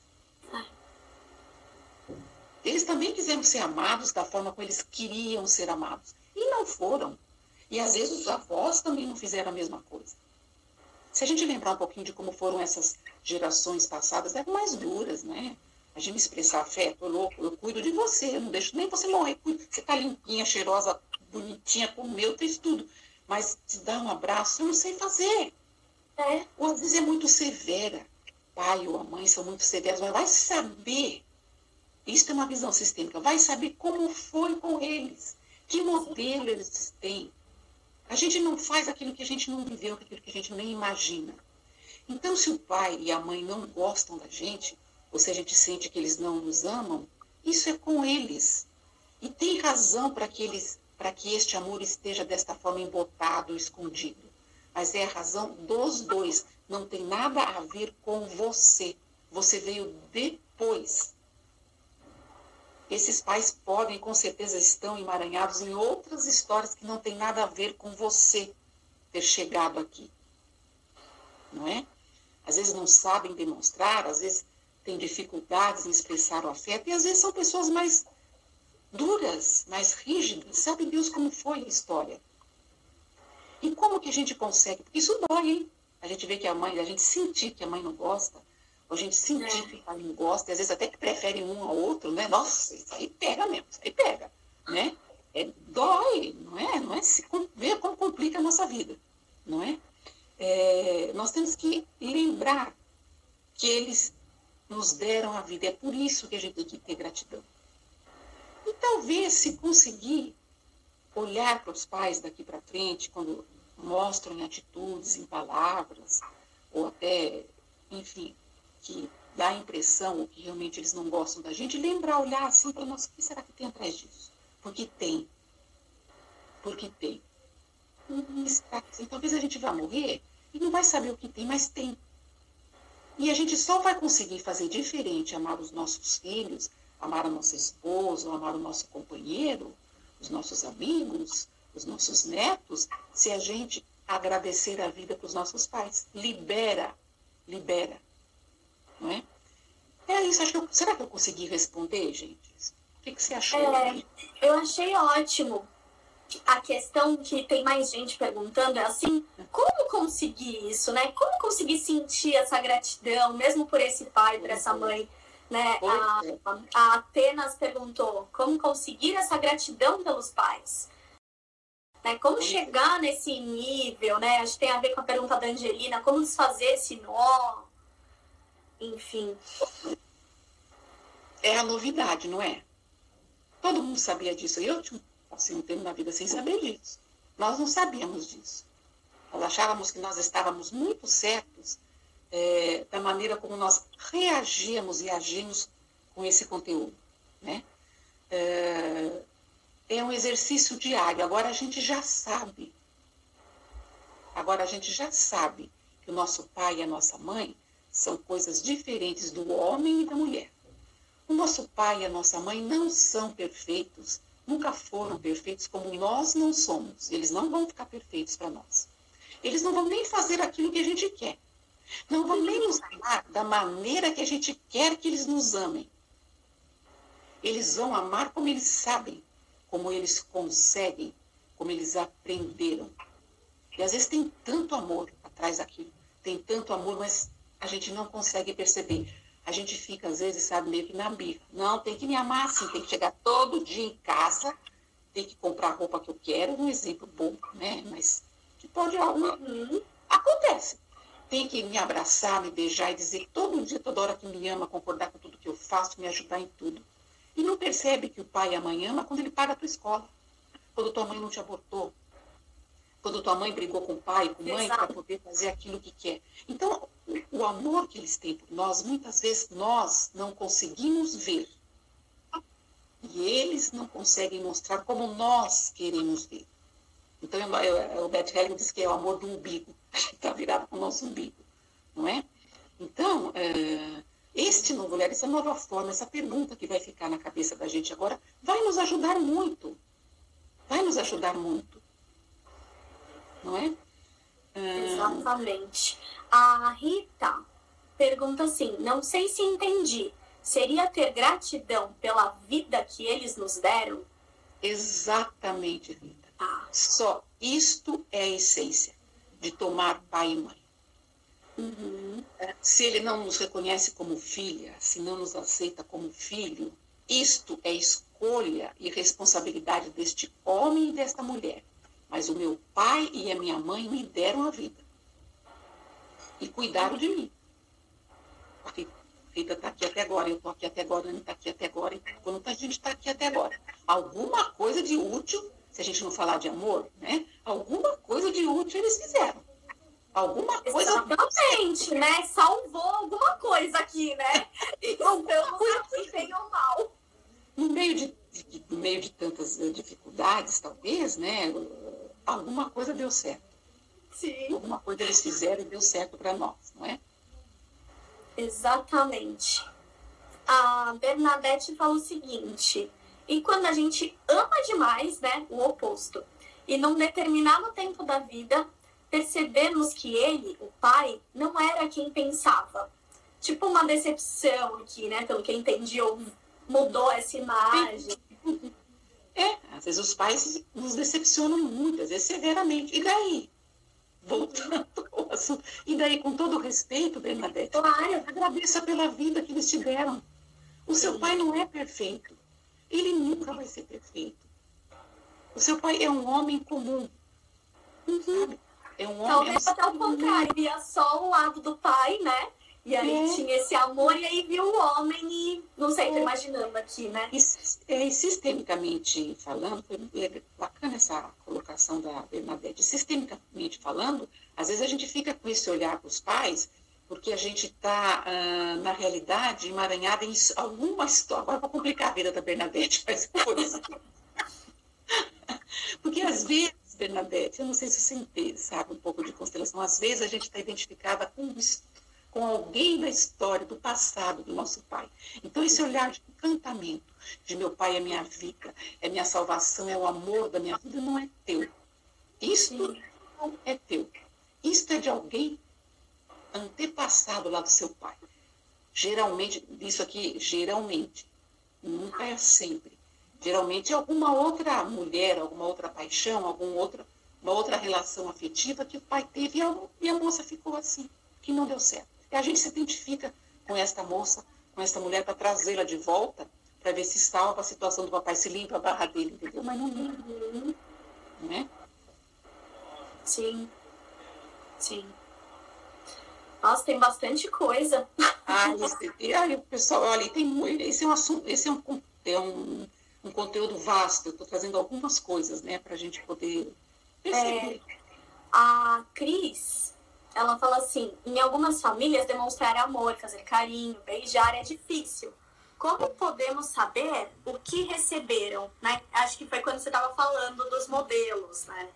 Eles também quiseram ser amados da forma como eles queriam ser amados. E não foram. E às vezes os avós também não fizeram a mesma coisa. Se a gente lembrar um pouquinho de como foram essas gerações passadas, eram mais duras, né? A gente expressar afeto, eu louco, eu cuido de você, eu não deixo nem você morrer. Você tá limpinha, cheirosa, bonitinha, comeu, fez tudo. Mas te dar um abraço, eu não sei fazer. É. Ou às vezes é muito severa. O pai ou a mãe são muito severos, mas vai saber. Isso é uma visão sistêmica. Vai saber como foi com eles. Que modelo eles têm. A gente não faz aquilo que a gente não viveu, aquilo que a gente nem imagina. Então, se o pai e a mãe não gostam da gente, ou se a gente sente que eles não nos amam, isso é com eles. E tem razão para que eles, para que este amor esteja desta forma embotado, escondido. Mas é a razão dos dois. Não tem nada a ver com você. Você veio depois. Esses pais podem, com certeza, estão emaranhados em outras histórias que não tem nada a ver com você ter chegado aqui. Não é? Às vezes não sabem demonstrar, às vezes têm dificuldades em expressar o afeto, e às vezes são pessoas mais duras, mais rígidas. Sabe Deus como foi a história? E como que a gente consegue? Porque isso dói, hein? A gente vê que a mãe, a gente sentir que a mãe não gosta, ou a gente sentir que o pai não gosta, e às vezes até que prefere um ao outro, né? Nossa, isso aí pega mesmo, isso aí pega, né? É, dói, não é? Não é? Se, vê como complica a nossa vida, não é? É, nós temos que lembrar que eles nos deram a vida. É por isso que a gente tem que ter gratidão. E talvez, se conseguir olhar para os pais daqui para frente, quando mostram em atitudes, em palavras, ou até, enfim, que dá a impressão que realmente eles não gostam da gente, lembrar, olhar assim para nós, o que será que tem atrás disso? Porque tem. Porque tem. Hum, assim, talvez a gente vá morrer e não vai saber o que tem, mas tem. E a gente só vai conseguir fazer diferente, amar os nossos filhos, amar a nossa esposa, amar o nosso companheiro, os nossos amigos, os nossos netos, se a gente agradecer a vida para os nossos pais. Libera, libera. Não é? É isso, acho que eu, será que eu consegui responder, gente? O que, que você achou? É, eu achei ótimo. A questão que tem mais gente perguntando é assim, como conseguir isso, né? Como conseguir sentir essa gratidão, mesmo por esse pai, por essa mãe, né? A, a Atenas perguntou, como conseguir essa gratidão pelos pais? Né? Como chegar nesse nível, né? Acho que tem a ver com a pergunta da Angelina, como desfazer esse nó? Enfim. É a novidade, não é? Todo mundo sabia disso. Eu tinha assim, um tempo na vida sem saber disso. Nós não sabíamos disso. Nós achávamos que nós estávamos muito certos é, da maneira como nós reagíamos e agimos com esse conteúdo. Né? É, é um exercício diário. Agora a gente já sabe. Agora a gente já sabe que o nosso pai e a nossa mãe são coisas diferentes do homem e da mulher. O nosso pai e a nossa mãe não são perfeitos, nunca foram perfeitos como nós não somos. Eles não vão ficar perfeitos para nós. Eles não vão nem fazer aquilo que a gente quer. Não vão nem nos amar da maneira que a gente quer que eles nos amem. Eles vão amar como eles sabem, como eles conseguem, como eles aprenderam. E às vezes tem tanto amor atrás daquilo. tem tanto amor, mas a gente não consegue perceber. A gente fica, às vezes, sabe, meio que na birra. Não, tem que me amar assim, tem que chegar todo dia em casa, tem que comprar a roupa que eu quero, um exemplo bom, né? Mas que pode algo. Uhum. Acontece. Tem que me abraçar, me beijar e dizer todo dia, toda hora que me ama, concordar com tudo que eu faço, me ajudar em tudo. E não percebe que o pai e a mãe amam quando ele paga a tua escola. Quando tua mãe não te abortou. Quando tua mãe brigou com o pai, com a mãe, para poder fazer aquilo que quer. Então, o amor que eles têm por nós, muitas vezes nós não conseguimos ver. E eles não conseguem mostrar como nós queremos ver. Então, eu, eu, o Bert Hellinger diz que é o amor do umbigo. A gente está virado com o nosso umbigo, não é? Então, é, este novo olhar, essa nova forma, essa pergunta que vai ficar na cabeça da gente agora, vai nos ajudar muito. Vai nos ajudar muito. Não é? Exatamente. A Rita pergunta assim, não sei se entendi, seria ter gratidão pela vida que eles nos deram? Exatamente, Rita. Ah. Só isto é a essência de tomar pai e mãe. Uhum. Se ele não nos reconhece como filha, se não nos aceita como filho, isto é escolha e responsabilidade deste homem e desta mulher. Mas o meu pai e a minha mãe me deram a vida. E cuidaram de mim. A Rita está aqui até agora, eu estou aqui até agora, a Ana está aqui até agora, enquanto a gente está aqui até agora. Alguma coisa de útil, se a gente não falar de amor, né? Alguma coisa de útil eles fizeram. Alguma coisa... Exatamente, né? Salvou alguma coisa aqui, né? Alguma coisa aqui, bem ou mal. No meio de, de, no meio de tantas dificuldades, talvez, né? Alguma coisa deu certo. Sim. Alguma coisa eles fizeram e deu certo para nós, não é? Exatamente. A Bernadette fala o seguinte, e quando a gente ama demais, né, o oposto, e num determinado tempo da vida, percebemos que ele, o pai, não era quem pensava. Tipo uma decepção aqui, né, pelo que eu entendi, ou mudou essa imagem. É, às vezes os pais nos decepcionam muito, às vezes severamente. E daí? Voltando ao assunto. E daí, com todo o respeito, Bernadette, Claro. agradeça pela vida que eles te deram. O seu pai não é perfeito. Ele nunca vai ser perfeito. O seu pai é um homem comum. Uhum. Sabe? É um homem... Talvez até o contrário, via só o lado do pai, né? E aí é. tinha esse amor, e aí viu o homem e... Não sei, tô é. imaginando aqui, né? E, é, sistemicamente falando, foi é bacana essa colocação da Bernadette. Sistemicamente falando, às vezes a gente fica com esse olhar para os pais, porque a gente está, ah, na realidade, emaranhada em alguma história. Agora vou complicar a vida da Bernadette, mas por isso. Porque às vezes, Bernadette, eu não sei se você entende, sabe, um pouco de constelação, às vezes a gente está identificada com, com alguém da história, do passado do nosso pai. Então esse olhar de encantamento, de meu pai é minha vida, é minha salvação, é o amor da minha vida, não é teu. Isto não é teu. Isto é de alguém antepassado lá do seu pai. Geralmente, isso aqui, geralmente, nunca é sempre. Geralmente é alguma outra mulher, alguma outra paixão, alguma outra, uma outra relação afetiva que o pai teve e a, e a moça ficou assim, que não deu certo. E a gente se identifica com esta moça, com esta mulher, para trazê-la de volta, para ver se salva a situação do papai, se limpa a barra dele, entendeu? Mas não limpa, não é? Sim, sim. Nossa, tem bastante coisa. Ah, esse, ai, o pessoal, olha, tem muito, esse é um assunto, esse é um, é um, um conteúdo vasto, eu estou trazendo algumas coisas, né, para a gente poder perceber. É, a Cris, ela fala assim, em algumas famílias demonstrar amor, fazer carinho, beijar é difícil. Como podemos saber o que receberam, né? Acho que foi quando você estava falando dos modelos, né?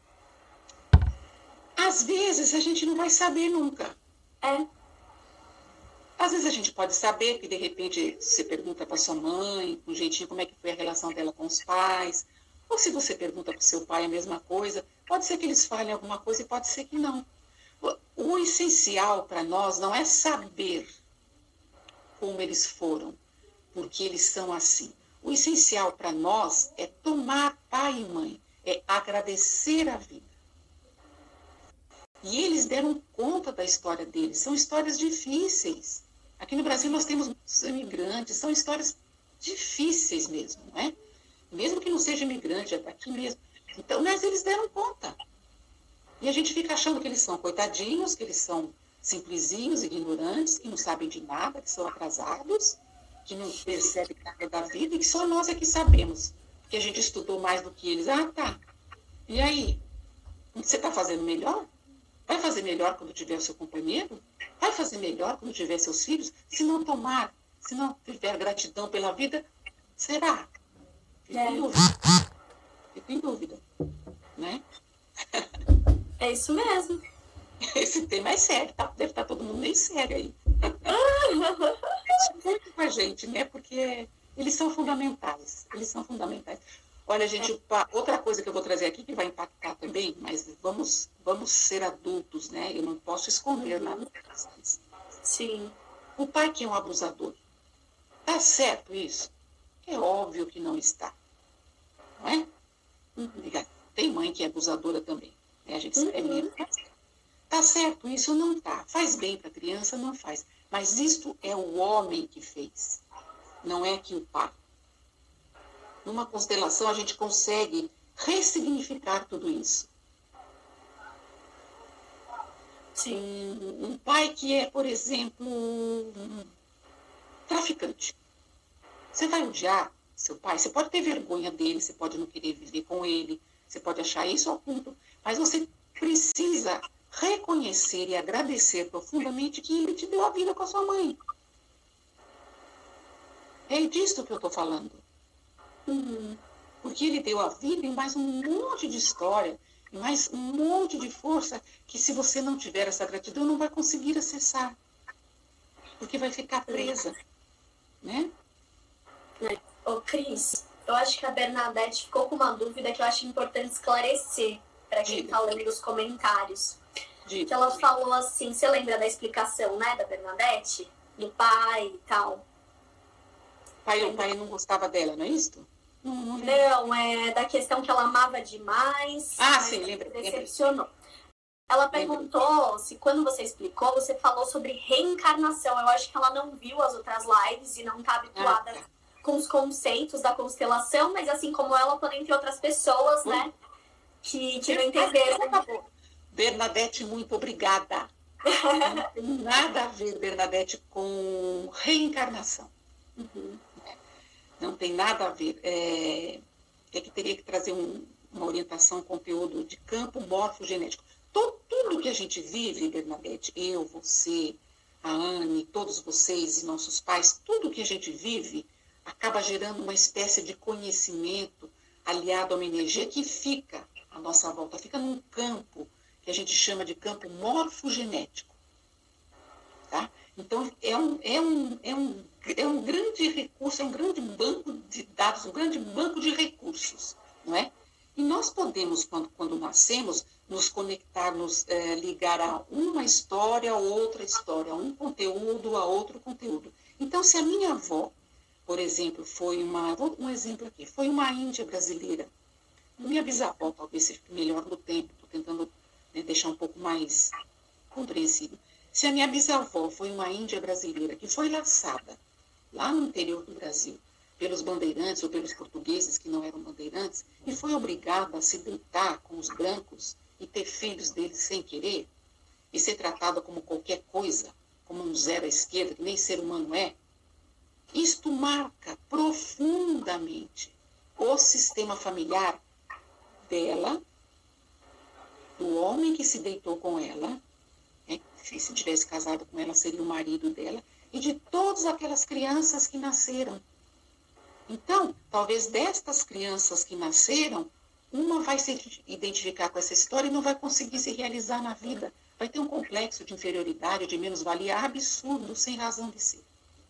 Às vezes a gente não vai saber nunca. É. Às vezes a gente pode saber, que de repente você pergunta para sua mãe, com um jeitinho, como é que foi a relação dela com os pais. Ou se você pergunta para o seu pai a mesma coisa, pode ser que eles falem alguma coisa e pode ser que não. O, o essencial para nós não é saber como eles foram, porque eles são assim. O essencial para nós é tomar pai e mãe, é agradecer a vida. E eles deram conta da história deles. São histórias difíceis. Aqui no Brasil nós temos muitos imigrantes, são histórias difíceis mesmo, não é? Mesmo que não seja imigrante, é daqui mesmo. Então, mas eles deram conta. E a gente fica achando que eles são coitadinhos, que eles são simplesinhos, ignorantes, que não sabem de nada, que são atrasados, que não percebem nada da vida, e que só nós é que sabemos, porque a gente estudou mais do que eles. Ah, tá. E aí? Você está fazendo melhor? Vai fazer melhor quando tiver o seu companheiro? Vai fazer melhor quando tiver seus filhos? Se não tomar, se não tiver gratidão pela vida, será? Fico É. em dúvida. Fico em dúvida. Né? É isso mesmo. Esse tema é sério, tá? Deve estar todo mundo meio sério aí. Muito com a gente, né? Porque eles são fundamentais. Eles são fundamentais. Olha, gente, outra coisa que eu vou trazer aqui que vai impactar também, mas vamos, vamos ser adultos, né? Eu não posso esconder nada. Sim. O pai que é um abusador, tá certo isso? É óbvio que não está. Não é? Uhum. Tem mãe que é abusadora também. Né? A gente uhum. é mesmo. Tá certo isso? Não tá. Faz bem para a criança? Não faz. Mas isto é o homem que fez. Não é que o pai. Numa constelação, a gente consegue ressignificar tudo isso. Sim. Um, um pai que é, por exemplo, um traficante. Você vai odiar seu pai? Você pode ter vergonha dele, você pode não querer viver com ele, você pode achar isso oculto, mas você precisa reconhecer e agradecer profundamente que ele te deu a vida com a sua mãe. É disso que eu estou falando. Uhum. Porque ele deu a vida e mais um monte de história, e mais um monte de força que se você não tiver essa gratidão, não vai conseguir acessar. Porque vai ficar presa. Né? Ô, Cris, eu acho que a Bernadette ficou com uma dúvida que eu acho importante esclarecer para quem está lendo os comentários. Diga. Que ela falou assim, você lembra da explicação, né, da Bernadette? Do pai e tal. Pai, o pai não gostava dela, não é isso? Não, não, não, é da questão que ela amava demais. Ah, sim, lembra. Decepcionou. Lembra. Ela perguntou lembra. se quando você explicou, você falou sobre reencarnação. Eu acho que ela não viu as outras lives e não está habituada ah, tá. com os conceitos da constelação, mas assim como ela, podem ter outras pessoas, hum. né, que, que não entenderam. Bernadette, muito obrigada. Não tem nada a ver, Bernadette, com reencarnação. Uhum. Não tem nada a ver. É, é que teria que trazer um, uma orientação, um conteúdo de campo morfogenético. Todo, tudo que a gente vive, Bernadette, eu, você, a Anne, todos vocês e nossos pais, tudo que a gente vive acaba gerando uma espécie de conhecimento aliado a uma energia que fica à nossa volta, fica num campo que a gente chama de campo morfogenético. Tá? Então, é um, é, um, é, um, é um grande recurso, é um grande banco de dados, um grande banco de recursos, não é? E nós podemos, quando, quando nascemos, nos conectar, nos é, ligar a uma história a outra história, a um conteúdo a outro conteúdo. Então, se a minha avó, por exemplo, foi uma... Vou um exemplo aqui. Foi uma índia brasileira. Minha bisavó, talvez seja melhor no tempo, estou tentando né, deixar um pouco mais compreensível. Se a minha bisavó foi uma índia brasileira que foi laçada lá no interior do Brasil pelos bandeirantes ou pelos portugueses que não eram bandeirantes e foi obrigada a se deitar com os brancos e ter filhos deles sem querer e ser tratada como qualquer coisa, como um zero à esquerda, que nem ser humano é, isto marca profundamente o sistema familiar dela, do homem que se deitou com ela, né, se tivesse casado com ela, seria o marido dela, e de todas aquelas crianças que nasceram. Então, talvez destas crianças que nasceram, uma vai se identificar com essa história e não vai conseguir se realizar na vida. Vai ter um complexo de inferioridade, de menos-valia absurdo, sem razão de ser.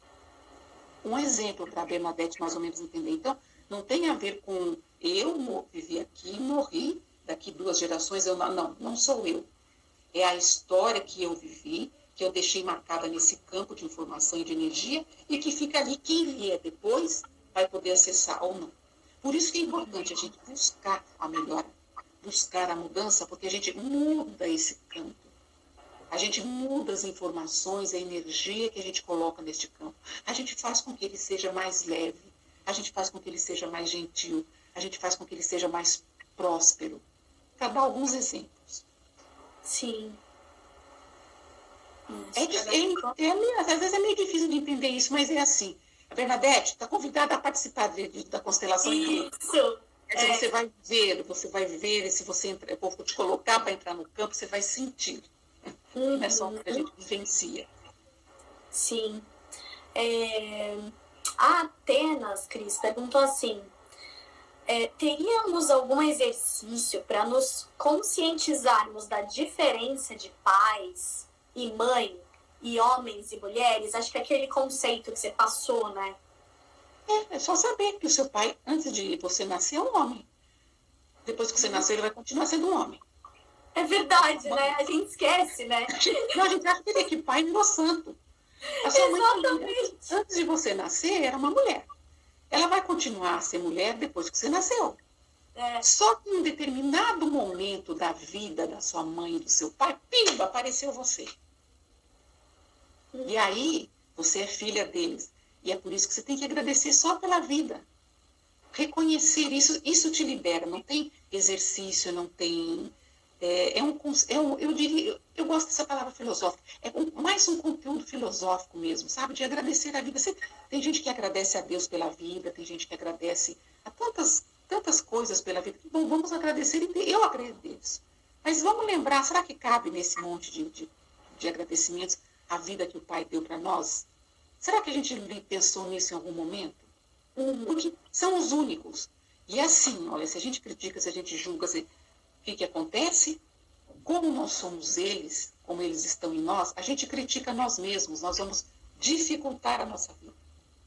Um exemplo para a Bernadette mais ou menos entender. Então, não tem a ver com eu vivi aqui, morri, daqui duas gerações, eu não, não, não sou eu. É a história que eu vivi, que eu deixei marcada nesse campo de informação e de energia, e que fica ali, quem vier depois vai poder acessar ou não. Por isso que é importante a gente buscar a melhora, buscar a mudança, porque a gente muda esse campo. A gente muda as informações, a energia que a gente coloca neste campo. A gente faz com que ele seja mais leve. A gente faz com que ele seja mais gentil. A gente faz com que ele seja mais próspero. Para dar alguns exemplos. Sim. É, é, é, às vezes é meio difícil de entender isso, mas é assim. A Bernadette está convidada a participar de, de, da constelação. Isso. É. Você vai ver, você vai ver, e se você entra, eu vou te colocar para entrar no campo, você vai sentir. Uhum. Não é só o que a gente vivencia. Sim. É... A Atenas, Cris, perguntou assim, é, teríamos algum exercício para nos conscientizarmos da diferença de pais e mãe, e homens e mulheres? Acho que é aquele conceito que você passou, né? É, é só saber que o seu pai, antes de você nascer, é um homem. Depois que você nascer, ele vai continuar sendo um homem. É verdade, né? A gente esquece, né? Não, a gente acha que ele é que pai virou santo. A sua Exatamente. Mãe, antes de você nascer, era uma mulher. Ela vai continuar a ser mulher depois que você nasceu. É. Só que em um determinado momento da vida da sua mãe e do seu pai, pimba, apareceu você. Hum. E aí, você é filha deles. E é por isso que você tem que agradecer só pela vida. Reconhecer isso, isso te libera. Não tem exercício, não tem... É, é, um, é um, eu diria, eu gosto dessa palavra filosófica, é um, mais um conteúdo filosófico mesmo, sabe? De agradecer a vida. Você, tem gente que agradece a Deus pela vida, tem gente que agradece a tantas, tantas coisas pela vida. Bom, vamos agradecer, e eu agradeço. Mas vamos lembrar, será que cabe nesse monte de, de, de agradecimentos a vida que o Pai deu para nós? Será que a gente pensou nisso em algum momento? Porque são os únicos. E assim, olha, se a gente critica, se a gente julga, se... o que, que acontece? Como nós somos eles, como eles estão em nós, a gente critica nós mesmos, nós vamos dificultar a nossa vida.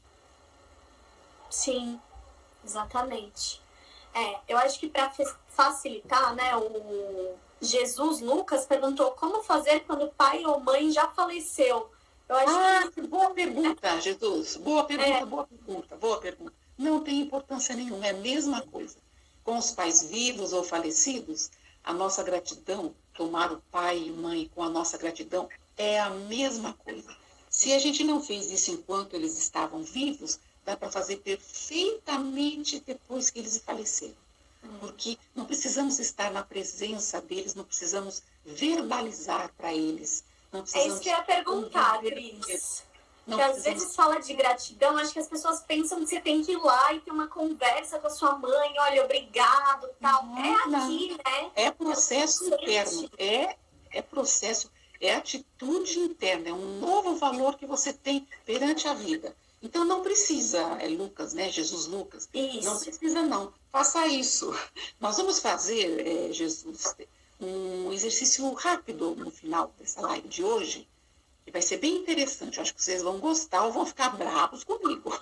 Sim, exatamente. É, eu acho que para facilitar, né, o Jesus Lucas perguntou como fazer quando pai ou mãe já faleceu. Eu acho ah, que... boa pergunta, Jesus. Boa pergunta, é. boa pergunta, boa pergunta. Não tem importância nenhuma, é a mesma coisa. Com os pais vivos ou falecidos, a nossa gratidão, tomar o pai e mãe com a nossa gratidão, é a mesma coisa. Se a gente não fez isso enquanto eles estavam vivos, dá para fazer perfeitamente depois que eles faleceram. Porque não precisamos estar na presença deles, não precisamos verbalizar para eles. Não precisamos... É isso que eu ia perguntar, Cris. Não que às precisamos... vezes fala de gratidão, acho que as pessoas pensam que você tem que ir lá e ter uma conversa com a sua mãe, olha, obrigado, tal. Não, é aqui, não. Né? É processo é interno, é, é processo, é atitude interna, é um novo valor que você tem perante a vida. Então não precisa, é Lucas, né? Jesus Lucas. Isso. Não precisa não, faça isso. Nós vamos fazer, é, Jesus, um exercício rápido no final dessa live de hoje, que vai ser bem interessante. Acho que vocês vão gostar ou vão ficar bravos comigo.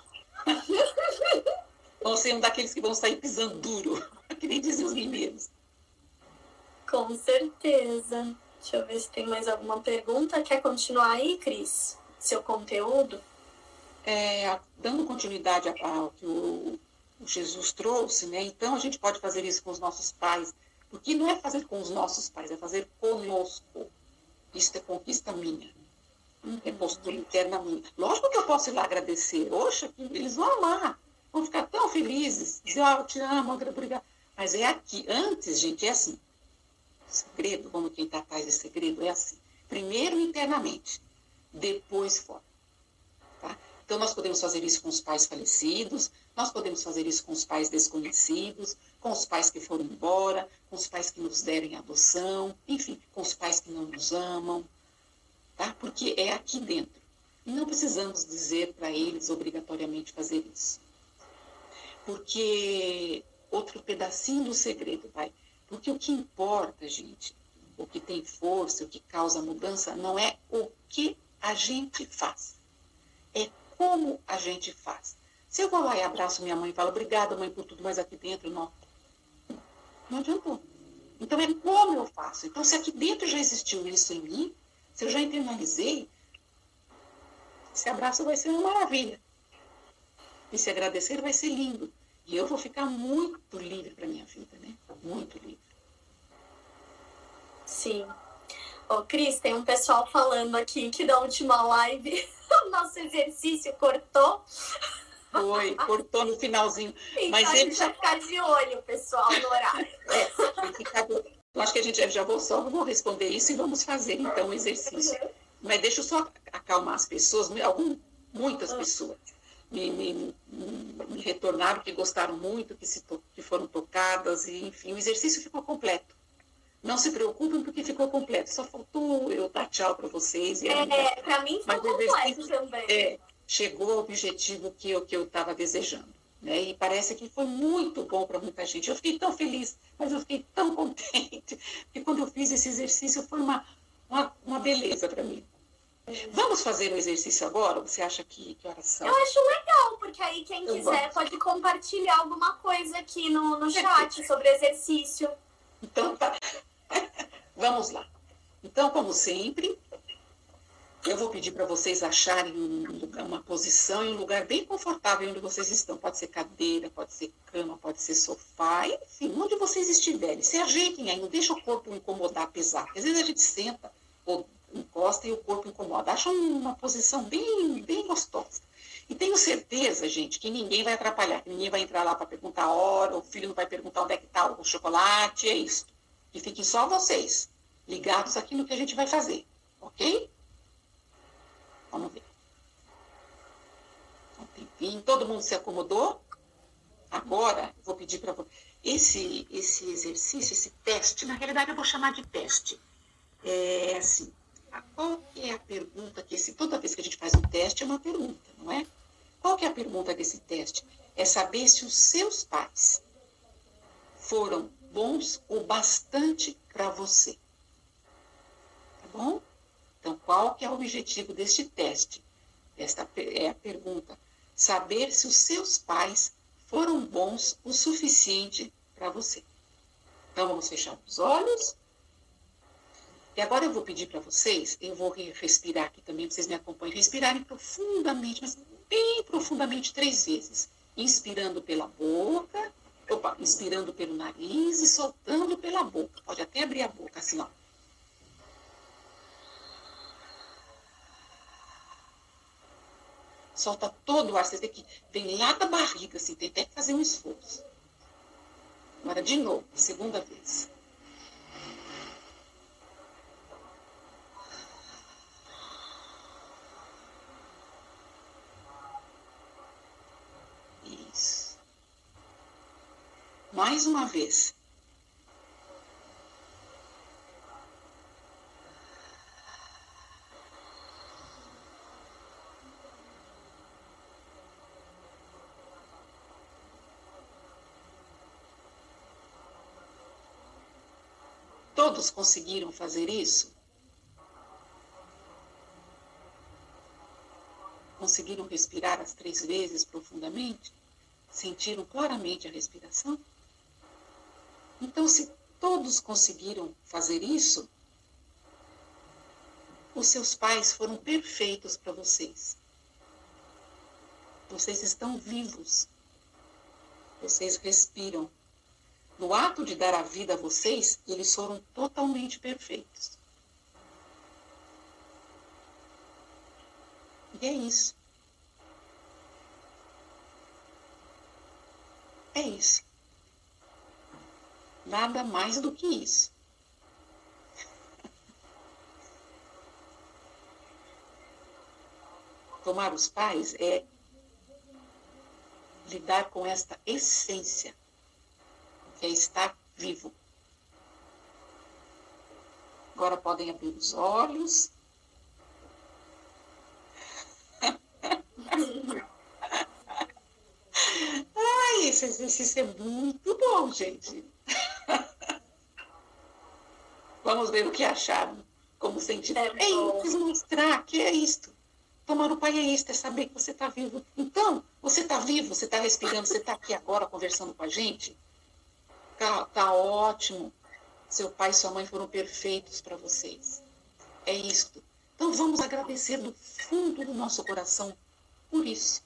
Vão ser um daqueles que vão sair pisando duro, que nem dizem os mineiros. Com certeza. Deixa eu ver se tem mais alguma pergunta. Quer continuar aí, Cris? Seu conteúdo? É, dando continuidade ao que o, o Jesus trouxe, né? Então a gente pode fazer isso com os nossos pais, porque não é fazer com os nossos pais, é fazer conosco. Isso é conquista minha. É postura interna minha. Lógico que eu posso ir lá agradecer. Oxa, eles vão amar. Vão ficar tão felizes. Dizer, ah, eu te amo, obrigado. Mas é aqui. Antes, gente, é assim. O segredo, vamos quem está atrás desse segredo, é assim. Primeiro internamente, depois fora. Tá? Então, nós podemos fazer isso com os pais falecidos, nós podemos fazer isso com os pais desconhecidos, com os pais que foram embora, com os pais que nos deram em adoção, enfim, com os pais que não nos amam. Tá? Porque é aqui dentro. E não precisamos dizer para eles obrigatoriamente fazer isso. Porque outro pedacinho do segredo, vai. Porque o que importa, gente, o que tem força, o que causa mudança, não é o que a gente faz. É como a gente faz. Se eu vou lá e abraço minha mãe e falo, obrigada, mãe, por tudo, mas aqui dentro, não. Não adiantou. Então é como eu faço. Então, se aqui dentro já existiu isso em mim, se eu já internalizei, esse abraço vai ser uma maravilha. E se agradecer vai ser lindo. E eu vou ficar muito livre para a minha vida, né? Muito livre. Sim. Ô, Cris, tem um pessoal falando aqui que na última live o nosso exercício cortou. Foi, cortou no finalzinho. Então Mas a ele gente vai ficar de olho, pessoal, no horário. É, tem que ficar... Eu acho que a gente já vou só vou responder isso e vamos fazer então o exercício. Uhum. Mas deixa eu só acalmar as pessoas, algum, muitas uhum. pessoas me, me, me retornaram que gostaram muito, que, se to, que foram tocadas, e enfim, o exercício ficou completo. Não se preocupem porque ficou completo, só faltou eu dar tchau para vocês. E é, para mim ficou completo também. É, chegou ao objetivo que eu que eu estava desejando. Né? E parece que foi muito bom para muita gente. Eu fiquei tão feliz, mas eu fiquei tão contente, porque quando eu fiz esse exercício foi uma, uma, uma beleza para mim. Vamos fazer o exercício agora? Você acha que, que horas são? Eu acho legal, porque aí quem então, quiser vamos. Pode compartilhar alguma coisa aqui no, no chat sobre exercício. Então tá. Vamos lá. Então, como sempre, eu vou pedir para vocês acharem um lugar, uma posição e um lugar bem confortável onde vocês estão. Pode ser cadeira, pode ser cama, pode ser sofá, enfim, onde vocês estiverem. Se ajeitem aí, não deixa o corpo incomodar, pesar. Porque às vezes a gente senta ou encosta e o corpo incomoda. Acha uma posição bem, bem gostosa. E tenho certeza, gente, que ninguém vai atrapalhar, que ninguém vai entrar lá para perguntar a hora, o filho não vai perguntar onde é que está o chocolate, é isso. Que fiquem só vocês, ligados aqui no que a gente vai fazer, ok? Vamos ver. Um tempinho. Todo mundo se acomodou? Agora, eu vou pedir para você. Esse, esse exercício, esse teste, na realidade eu vou chamar de teste. É assim, qual é a pergunta que esse, toda vez que a gente faz um teste é uma pergunta, não é? Qual que é a pergunta desse teste? É saber se os seus pais foram bons o bastante para você. Tá bom? Então, qual que é o objetivo deste teste? Esta é a pergunta. Saber se os seus pais foram bons o suficiente para você. Então, vamos fechar os olhos. E agora eu vou pedir para vocês, eu vou respirar aqui também, para vocês me acompanhem, respirarem profundamente, mas bem profundamente, três vezes. Inspirando pela boca, opa, inspirando pelo nariz e soltando pela boca. Pode até abrir a boca, assim, ó. Solta todo o ar, você vê que vem lá da barriga, assim, tem até que fazer um esforço. Agora, de novo, segunda vez. Isso. Mais uma vez. Todos conseguiram fazer isso? Conseguiram respirar as três vezes profundamente? Sentiram claramente a respiração? Então, se todos conseguiram fazer isso, os seus pais foram perfeitos para vocês. Vocês estão vivos. Vocês respiram. No ato de dar a vida a vocês, eles foram totalmente perfeitos. E é isso. É isso. Nada mais do que isso. Tomar os pais é lidar com esta essência, que é estar vivo. Agora podem abrir os olhos. Ai, esse exercício é muito bom, gente. Vamos ver o que acharam, como sentir. É, é isso, mostrar que é isto. Tomar o pai é isto, é saber que você está vivo. Então, você está vivo, você está respirando, você está aqui agora conversando com a gente. Tá, tá ótimo. Seu pai e sua mãe foram perfeitos para vocês. É isto. Então vamos agradecer do fundo do nosso coração por isso.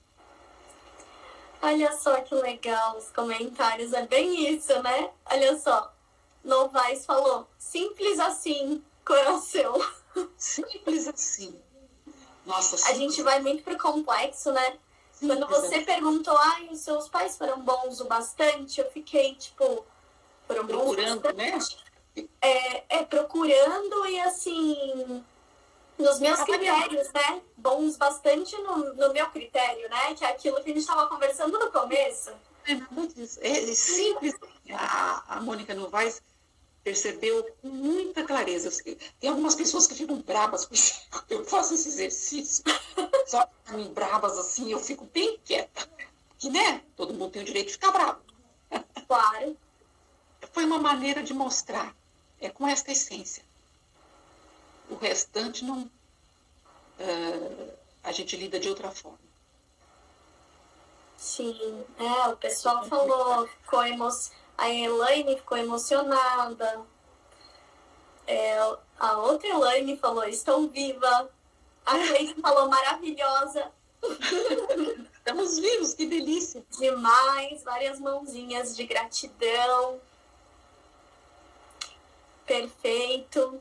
Olha só que legal os comentários. É bem isso, né? Olha só. Novaes falou, simples assim. coração. Simples assim. Nossa, A simples. gente vai muito pro complexo, né? Simples Quando você assim. perguntou, ai, os seus pais foram bons o bastante, eu fiquei, tipo, foram bons o Procurando, bastante. né? É, é, procurando e, assim, nos meus Avaliando. critérios, né? Bons bastante no, no meu critério, né? Que é aquilo que a gente estava conversando no começo. É nada disso. É é simples. A, a Mônica Novaes percebeu com muita clareza. Tem algumas pessoas que ficam bravas com isso. Eu faço esse exercício. Só que ficam bravas assim, eu fico bem quieta. Que, né? Todo mundo tem o direito de ficar bravo. Claro. Foi uma maneira de mostrar. É com esta essência. O restante não. Uh, a gente lida de outra forma. Sim. É, o pessoal falou, ficou emo... a Elaine ficou emocionada. É, a outra Elaine falou, estou viva. A Cleide falou, maravilhosa. Estamos vivos, que delícia. Demais, várias mãozinhas de gratidão. Perfeito.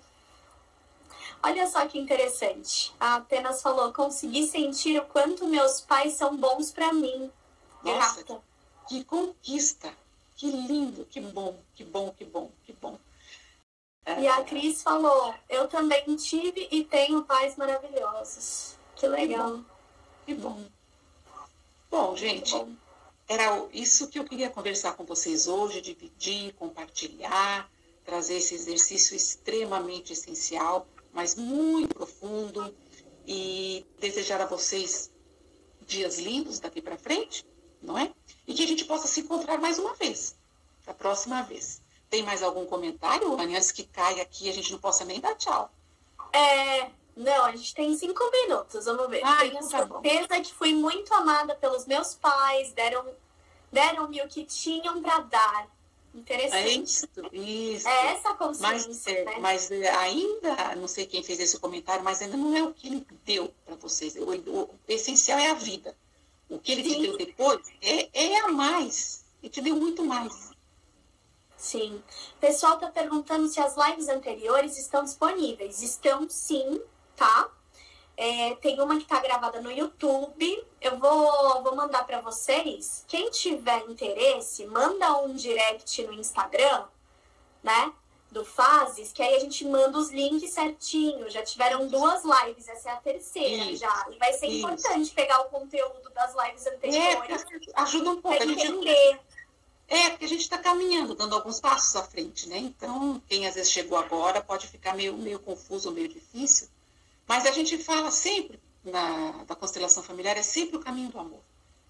Olha só que interessante. A Apenas falou, consegui sentir o quanto meus pais são bons para mim. Nossa, Grata. que conquista. Que lindo, que bom, que bom, que bom, que bom. E a Cris falou, eu também tive e tenho pais maravilhosos. Que legal. Que bom. Bom, gente, bom. Era isso que eu queria conversar com vocês hoje, dividir, compartilhar, trazer esse exercício extremamente essencial, mas muito profundo, e desejar a vocês dias lindos daqui para frente, não é? E que a gente possa se encontrar mais uma vez, da próxima vez. Tem mais algum comentário, Anne? Antes que caia aqui, a gente não possa nem dar tchau. É, não, a gente tem cinco minutos, vamos ver. Ah, Tenho então tá bom. certeza que fui muito amada pelos meus pais, deram, deram-me o que tinham para dar. Interessante. É isso, isso. É essa consciência, mas, é, né? mas ainda, não sei quem fez esse comentário, mas ainda não é o que ele deu para vocês. O, o, o essencial é a vida. O que ele Sim. te deu depois é, é a mais. Ele te deu muito mais. Sim. O pessoal está perguntando se as lives anteriores estão disponíveis. Estão sim, tá? É, tem uma que está gravada no YouTube. Eu vou, vou mandar para vocês. Quem tiver interesse, manda um direct no Instagram, né? Do Fazes, que aí a gente manda os links certinho. Já tiveram duas lives, essa é a terceira Isso. já. E vai ser Isso. importante pegar o conteúdo das lives anteriores É, ajuda um pouco. para A gente, entender. é, porque a gente está caminhando, dando alguns passos à frente, né? Então, quem às vezes chegou agora pode ficar meio, meio confuso, meio difícil. Mas a gente fala sempre, na da constelação familiar, é sempre o caminho do amor.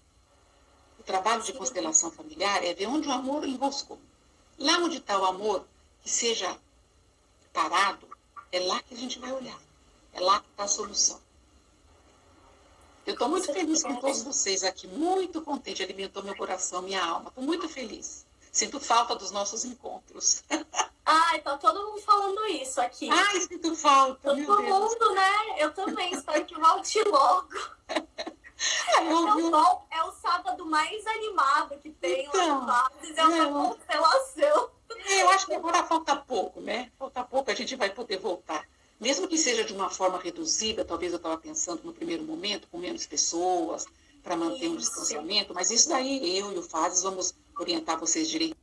O trabalho de constelação familiar é ver onde o amor enroscou. Lá onde está o amor, que seja parado, é lá que a gente vai olhar. É lá que está a solução. Eu estou muito feliz com todos vocês aqui, muito contente, alimentou meu coração, minha alma. Estou muito feliz. Sinto falta dos nossos encontros. Ai, tá todo mundo falando isso aqui. Ai, sinto falta, todo meu Deus. mundo, né? Eu também, espero que volte logo. Ah, eu, é, eu... o bom, é o sábado mais animado que tem Então, lá no Vazes, é uma eu... constelação. Eu acho que agora falta pouco, né? Falta pouco, a gente vai poder voltar. Mesmo que seja de uma forma reduzida, talvez eu estava pensando no primeiro momento, com menos pessoas, para manter um Isso. distanciamento, mas isso daí eu e o Fazes vamos orientar vocês direito.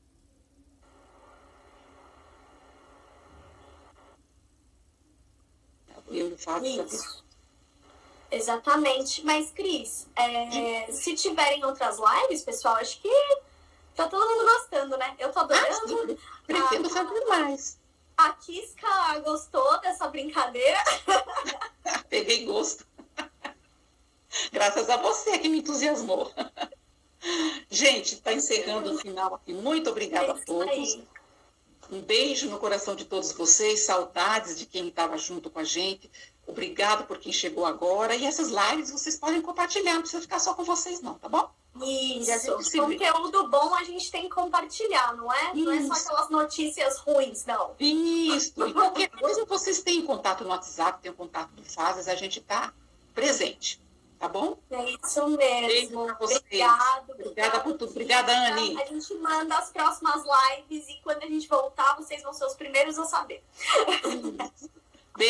Eu e o Fazes. Isso. Exatamente. Mas, Cris, é, se tiverem outras lives, pessoal, acho que tá todo mundo gostando, né? Eu tô adorando. Ah, pretendo a, fazer mais. A Kiska gostou dessa brincadeira. Peguei gosto. Graças a você que me entusiasmou. Gente, está encerrando o final aqui. Muito obrigada É a todos. aí. Um beijo no coração de todos vocês. Saudades de quem estava junto com a gente. Obrigado por quem chegou agora. E essas lives vocês podem compartilhar. Não precisa ficar só com vocês, não, tá bom? Isso. Conteúdo bom a gente tem que compartilhar, não é? Isso. Não é só aquelas notícias ruins, não. Isso. E qualquer coisa vocês têm contato no WhatsApp, tem o contato do Fazes, a gente está presente. Tá bom? É isso mesmo. Obrigado. Obrigada por tudo. Obrigada, Anne. A gente manda as próximas lives e quando a gente voltar, vocês vão ser os primeiros a saber.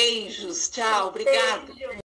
Beijos, tchau, obrigada. Beijo.